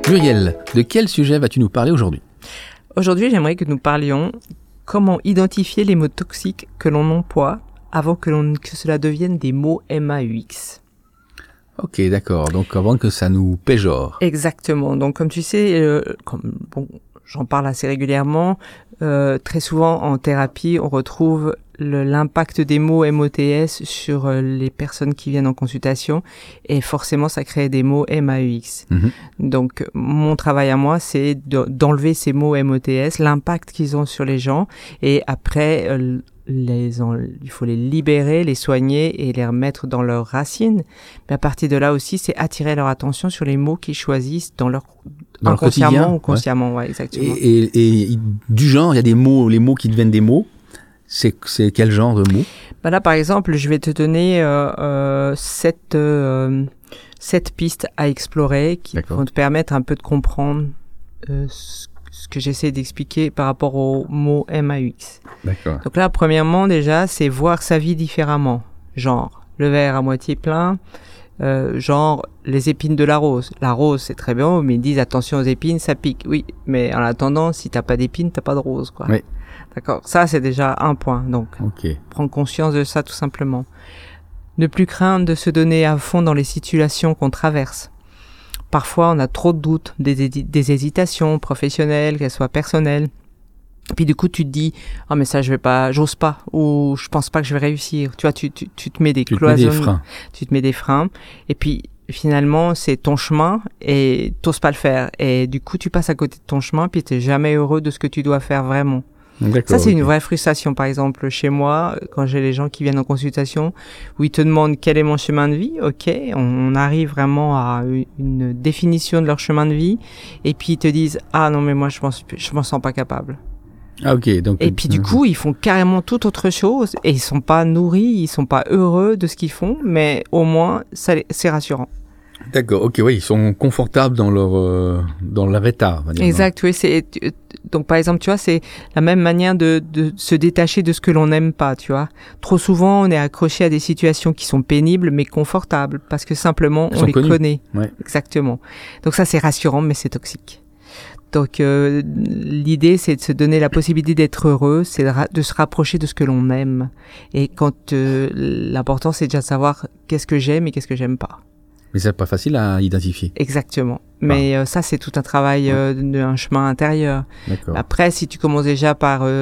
Muriel, de quel sujet vas-tu nous parler aujourd'hui ? Aujourd'hui, j'aimerais que nous parlions comment identifier les mots toxiques que l'on emploie avant que cela devienne des mots MAUX. Ok, d'accord. Donc avant que ça nous péjore. Exactement. Donc comme tu sais, j'en parle assez régulièrement, très souvent en thérapie, on retrouve l'impact des mots MOTS sur les personnes qui viennent en consultation et forcément ça crée des mots MAUX. Donc mon travail à moi c'est d'enlever ces mots MOTS, l'impact qu'ils ont sur les gens et après il faut les libérer, les soigner et les remettre dans leurs racines. Mais à partir de là aussi c'est attirer leur attention sur les mots qu'ils choisissent dans leur inconsciemment ou consciemment, ouais, exactement. Et du genre, il y a des mots, les mots qui deviennent des mots. C'est quel genre de mots ? Bah là, par exemple, je vais te donner 7 pistes à explorer qui vont te permettre un peu de comprendre ce que j'essaie d'expliquer par rapport aux mots MAUX. D'accord. Donc là, premièrement, déjà, c'est voir sa vie différemment. Genre, le verre à moitié plein, genre les épines de la rose. La rose, c'est très bien, mais ils disent attention aux épines, ça pique. Oui, mais en attendant, si t'as pas d'épines, t'as pas de rose, quoi. Oui. D'accord, ça c'est déjà un point. Donc, prendre conscience de ça tout simplement. Ne plus craindre de se donner à fond dans les situations qu'on traverse. Parfois, on a trop de doutes, des hésitations professionnelles, qu'elles soient personnelles. Puis du coup, tu te dis, ah mais ça je vais pas, j'ose pas, ou je pense pas que je vais réussir. Tu vois, tu te mets des cloisons, tu te mets des freins. Et puis finalement, c'est ton chemin et t'oses pas le faire. Et du coup, tu passes à côté de ton chemin, puis t'es jamais heureux de ce que tu dois faire vraiment. Ça, c'est une vraie frustration. Par exemple, chez moi, quand j'ai les gens qui viennent en consultation, où ils te demandent quel est mon chemin de vie, ok, on arrive vraiment à une définition de leur chemin de vie, et puis ils te disent, ah non, mais moi, je m'en sens pas capable. Ah, ok. Donc, et puis du coup, ils font carrément toute autre chose, et ils sont pas nourris, ils sont pas heureux de ce qu'ils font, mais au moins, c'est rassurant. D'accord, ok, oui, ils sont confortables dans leur état. On va dire, exact, oui, donc par exemple, tu vois, c'est la même manière de se détacher de ce que l'on n'aime pas, tu vois. Trop souvent, on est accroché à des situations qui sont pénibles, mais confortables, parce que simplement, on les connaît. Ouais. Exactement. Donc ça, c'est rassurant, mais c'est toxique. Donc l'idée, c'est de se donner la possibilité d'être heureux, c'est de se rapprocher de ce que l'on aime. Et quand l'important, c'est déjà de savoir qu'est-ce que j'aime et qu'est-ce que j'aime pas. Mais c'est pas facile à identifier. Exactement. Mais ça, c'est tout un travail d'un chemin intérieur. D'accord. Après, si tu commences déjà par dans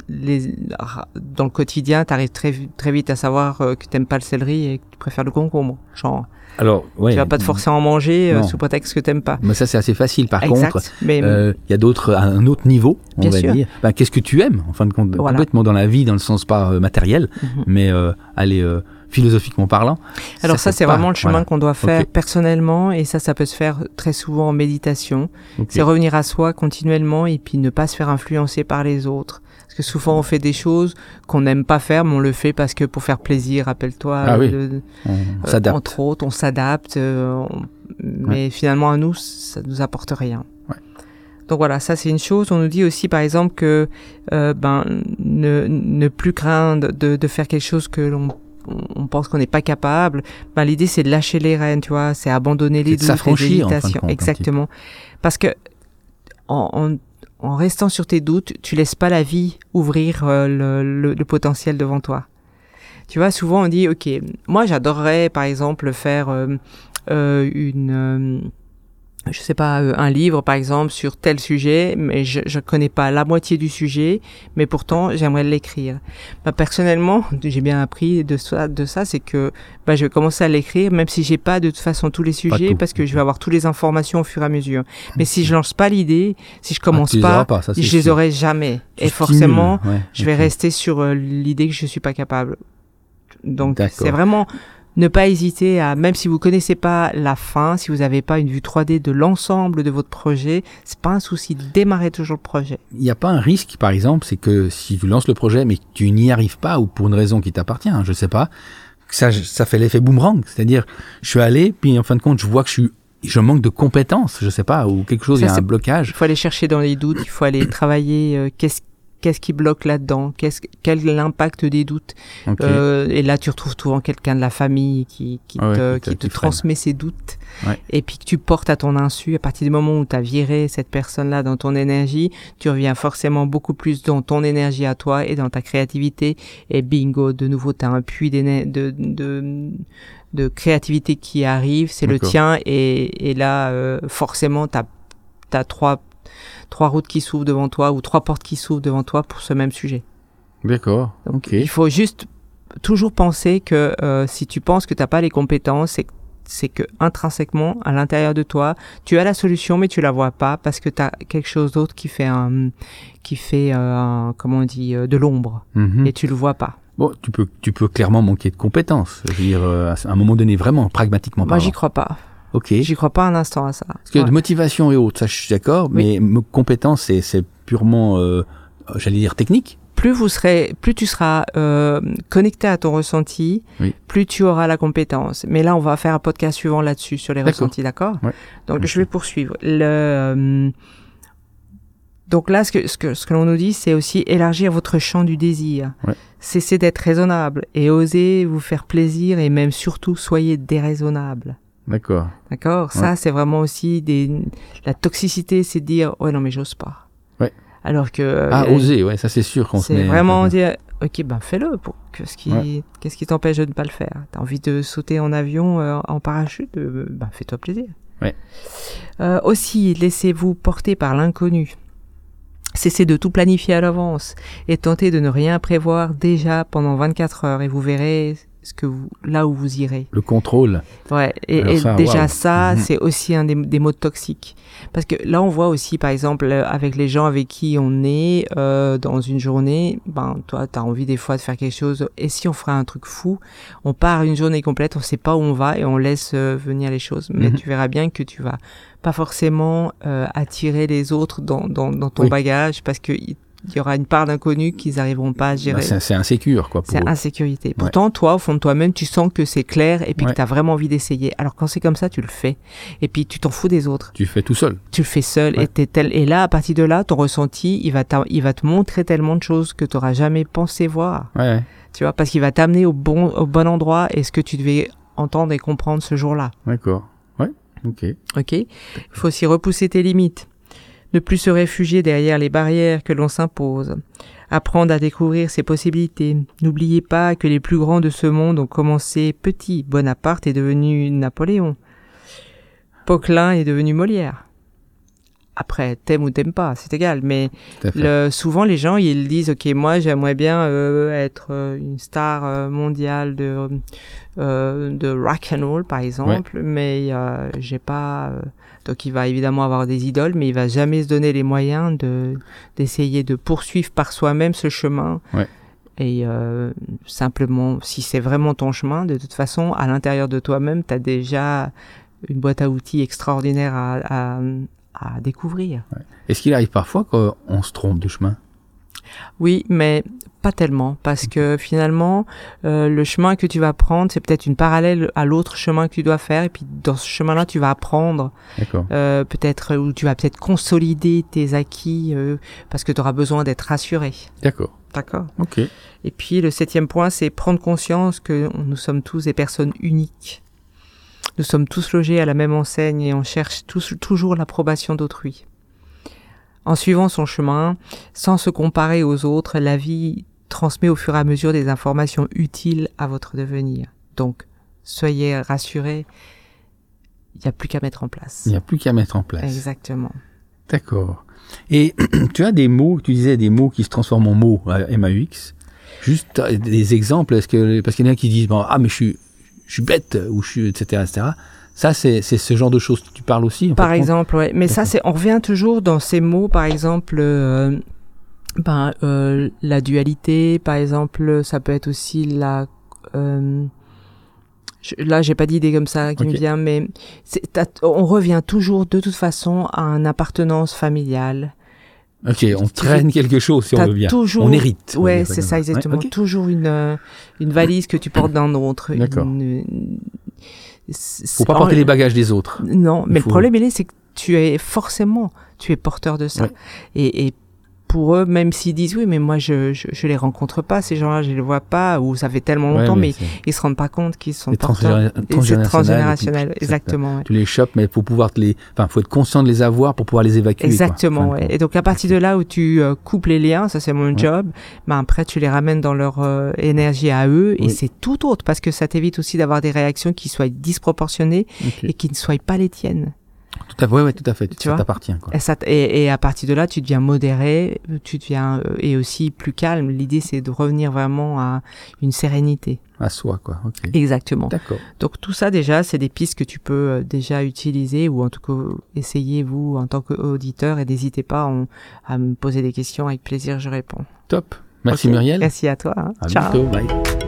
le quotidien, tu arrives très vite à savoir que t'aimes pas le céleri et que tu préfères le concombre. Genre, alors, ouais, tu vas pas te forcer à en manger sous prétexte que t'aimes pas. Mais ça, c'est assez facile. Par contre, mais il y a un autre niveau, on va dire. Qu'est-ce que tu aimes, en fin de compte, complètement dans la vie, dans le sens pas matériel, mais philosophiquement parlant. Alors ça, c'est vraiment le chemin qu'on doit faire personnellement, et ça peut se faire très souvent en méditation. C'est revenir à soi continuellement et puis ne pas se faire influencer par les autres. Parce que souvent on fait des choses qu'on n'aime pas faire, mais on le fait parce que pour faire plaisir, rappelle-toi. On s'adapte. Entre autres, on s'adapte, mais finalement à nous, ça nous apporte rien. Ouais. Donc voilà, ça c'est une chose. On nous dit aussi par exemple que ne plus craindre de faire quelque chose que on pense qu'on n'est pas capable. L'idée c'est de lâcher les rênes, tu vois, c'est abandonner les doutes, les hésitations. Exactement. Parce que en restant sur tes doutes, tu laisses pas la vie ouvrir le potentiel devant toi. Tu vois, souvent on dit, ok, moi j'adorerais par exemple faire un livre par exemple sur tel sujet, mais je connais pas la moitié du sujet, mais pourtant j'aimerais l'écrire. Personnellement, j'ai bien appris de ça, c'est que je vais commencer à l'écrire, même si j'ai pas de toute façon tous les sujets, parce que je vais avoir toutes les informations au fur et à mesure. Mais si je lance pas l'idée, si je commence pas, je les aurai jamais. Et forcément, je vais rester sur l'idée que je suis pas capable. Donc c'est vraiment ne pas hésiter à, même si vous connaissez pas la fin, si vous n'avez pas une vue 3D de l'ensemble de votre projet, c'est pas un souci, démarrez toujours le projet. Il n'y a pas un risque, par exemple, c'est que si tu lances le projet mais que tu n'y arrives pas, ou pour une raison qui t'appartient, je sais pas, ça fait l'effet boomerang, c'est-à-dire, je suis allé, puis en fin de compte, je vois que je manque de compétences, je sais pas, ou quelque chose, il y a un blocage. Il faut aller chercher dans les doutes, il faut aller travailler, qu'est-ce qu'est-ce qui bloque là-dedans, quel est l'impact des doutes. Et là, tu retrouves souvent quelqu'un de la famille qui te transmet ses doutes, et puis que tu portes à ton insu. À partir du moment où tu as viré cette personne-là dans ton énergie, tu reviens forcément beaucoup plus dans ton énergie à toi et dans ta créativité, et bingo, de nouveau, tu as un puits de créativité qui arrive, c'est le tien, et là, forcément, t'as trois routes qui s'ouvrent devant toi, ou 3 portes qui s'ouvrent devant toi pour ce même sujet. D'accord. Donc, il faut juste toujours penser que si tu penses que t'as pas les compétences, c'est que intrinsèquement, à l'intérieur de toi, tu as la solution, mais tu la vois pas parce que t'as quelque chose d'autre qui fait comment on dit, de l'ombre, et tu le vois pas. Bon, tu peux clairement manquer de compétences. Je veux dire, à un moment donné, vraiment, pragmatiquement parlant. Moi, j'y crois pas. Ok. J'y crois pas un instant à ça. Parce que de motivation et autres, ça, je suis d'accord, mais compétences, c'est purement, j'allais dire, technique. Plus tu seras connecté à ton ressenti, plus tu auras la compétence. Mais là, on va faire un podcast suivant là-dessus, sur les ressentis, d'accord? Donc, je vais poursuivre. Donc là, ce que l'on nous dit, c'est aussi élargir votre champ du désir. Cessez d'être raisonnable et osez vous faire plaisir, et même surtout, soyez déraisonnable. D'accord. Ça, c'est vraiment aussi la toxicité, c'est de dire, non, mais j'ose pas. Alors que... oser, ça c'est sûr qu'on se met... C'est vraiment dire, ok, fais-le. Qu'est-ce qui t'empêche de ne pas le faire? T'as envie de sauter en avion, en parachute? Fais-toi plaisir. Aussi, laissez-vous porter par l'inconnu. Cessez de tout planifier à l'avance et tentez de ne rien prévoir déjà pendant 24 heures, et vous verrez là où vous irez. Le contrôle. Et ça, déjà ça, c'est aussi un des mots toxiques. Parce que là, on voit aussi, par exemple, avec les gens avec qui on est dans une journée, toi, t'as envie des fois de faire quelque chose, et si on ferait un truc fou, on part une journée complète, on sait pas où on va, et on laisse venir les choses. Mais tu verras bien que tu vas pas forcément attirer les autres dans ton bagage, parce que il y aura une part d'inconnu qu'ils n'arriveront pas à gérer. C'est insécure, quoi. C'est insécurité. Pourtant, toi, au fond de toi-même, tu sens que c'est clair, et puis que tu as vraiment envie d'essayer. Alors, quand c'est comme ça, tu le fais. Et puis, tu t'en fous des autres. Tu le fais tout seul. Tu le fais seul. Et là, à partir de là, ton ressenti, il va te montrer tellement de choses que tu n'auras jamais pensé voir. Tu vois, parce qu'il va t'amener au bon endroit, et ce que tu devais entendre et comprendre ce jour-là. D'accord. Ok. Il faut aussi repousser tes limites. Ne plus se réfugier derrière les barrières que l'on s'impose. Apprendre à découvrir ses possibilités. N'oubliez pas que les plus grands de ce monde ont commencé petits. Bonaparte est devenu Napoléon. Poquelin est devenu Molière. Après, t'aimes ou t'aimes pas, c'est égal. Mais souvent, les gens, ils disent, ok, moi, j'aimerais bien être une star mondiale de rock and roll, par exemple, mais j'ai pas... Donc, il va évidemment avoir des idoles, mais il va jamais se donner les moyens d'essayer de poursuivre par soi-même ce chemin. Et simplement, si c'est vraiment ton chemin, de toute façon, à l'intérieur de toi-même, t'as déjà une boîte à outils extraordinaire à découvrir. Est-ce qu'il arrive parfois qu'on se trompe de chemin? Oui, mais pas tellement, parce que finalement, le chemin que tu vas prendre, c'est peut-être une parallèle à l'autre chemin que tu dois faire, et puis dans ce chemin-là, tu vas apprendre, peut-être, ou tu vas peut-être consolider tes acquis, parce que tu auras besoin d'être rassuré. D'accord. Ok. Et puis le 7e point, c'est prendre conscience que nous sommes tous des personnes uniques. Nous sommes tous logés à la même enseigne, et on cherche toujours l'approbation d'autrui. En suivant son chemin, sans se comparer aux autres, la vie transmet au fur et à mesure des informations utiles à votre devenir. Donc, soyez rassurés, il n'y a plus qu'à mettre en place. Exactement. D'accord. Et tu as des mots, tu disais des mots qui se transforment en mots, MAUX. Juste des exemples, parce qu'il y en a qui disent, mais je suis bête, ou etc. Ça, c'est ce genre de choses que tu parles aussi. Par exemple, ouais. Mais ça, on revient toujours dans ces mots, par exemple, la dualité, par exemple, ça peut être aussi là, j'ai pas d'idée comme ça qui me vient, mais on revient toujours, de toute façon, à une appartenance familiale. Ok, on traîne quelque chose, si on veut bien. On hérite. Ouais, c'est ça, exactement. Toujours une valise que tu portes d'un autre. D'accord. Faut pas porter les bagages des autres. Non, mais le problème, c'est que tu es porteur de ça. Et pour eux, même s'ils disent oui, mais moi je les rencontre pas, ces gens-là, je les vois pas, ou ça fait tellement longtemps, mais ils se rendent pas compte qu'ils sont transgénérationnels. Exactement. Ouais. Tu les chopes, mais faut être conscient de les avoir pour pouvoir les évacuer. Exactement. Ouais. Et donc à partir de là où tu coupes les liens, ça c'est mon job. Ben après tu les ramènes dans leur énergie à eux, et c'est tout autre parce que ça t'évite aussi d'avoir des réactions qui soient disproportionnées et qui ne soient pas les tiennes. Tout à fait, tout à fait. Ça t'appartient, quoi. Et à partir de là, tu deviens modéré, tu deviens et aussi plus calme. L'idée, c'est de revenir vraiment à une sérénité. À soi, quoi. Okay. Exactement. D'accord. Donc tout ça, déjà, c'est des pistes que tu peux déjà utiliser ou en tout cas essayer, vous, en tant qu'auditeur, et n'hésitez pas à me poser des questions. Avec plaisir, je réponds. Top. Merci Muriel. Merci à toi. Hein. À Ciao. bientôt. Bye.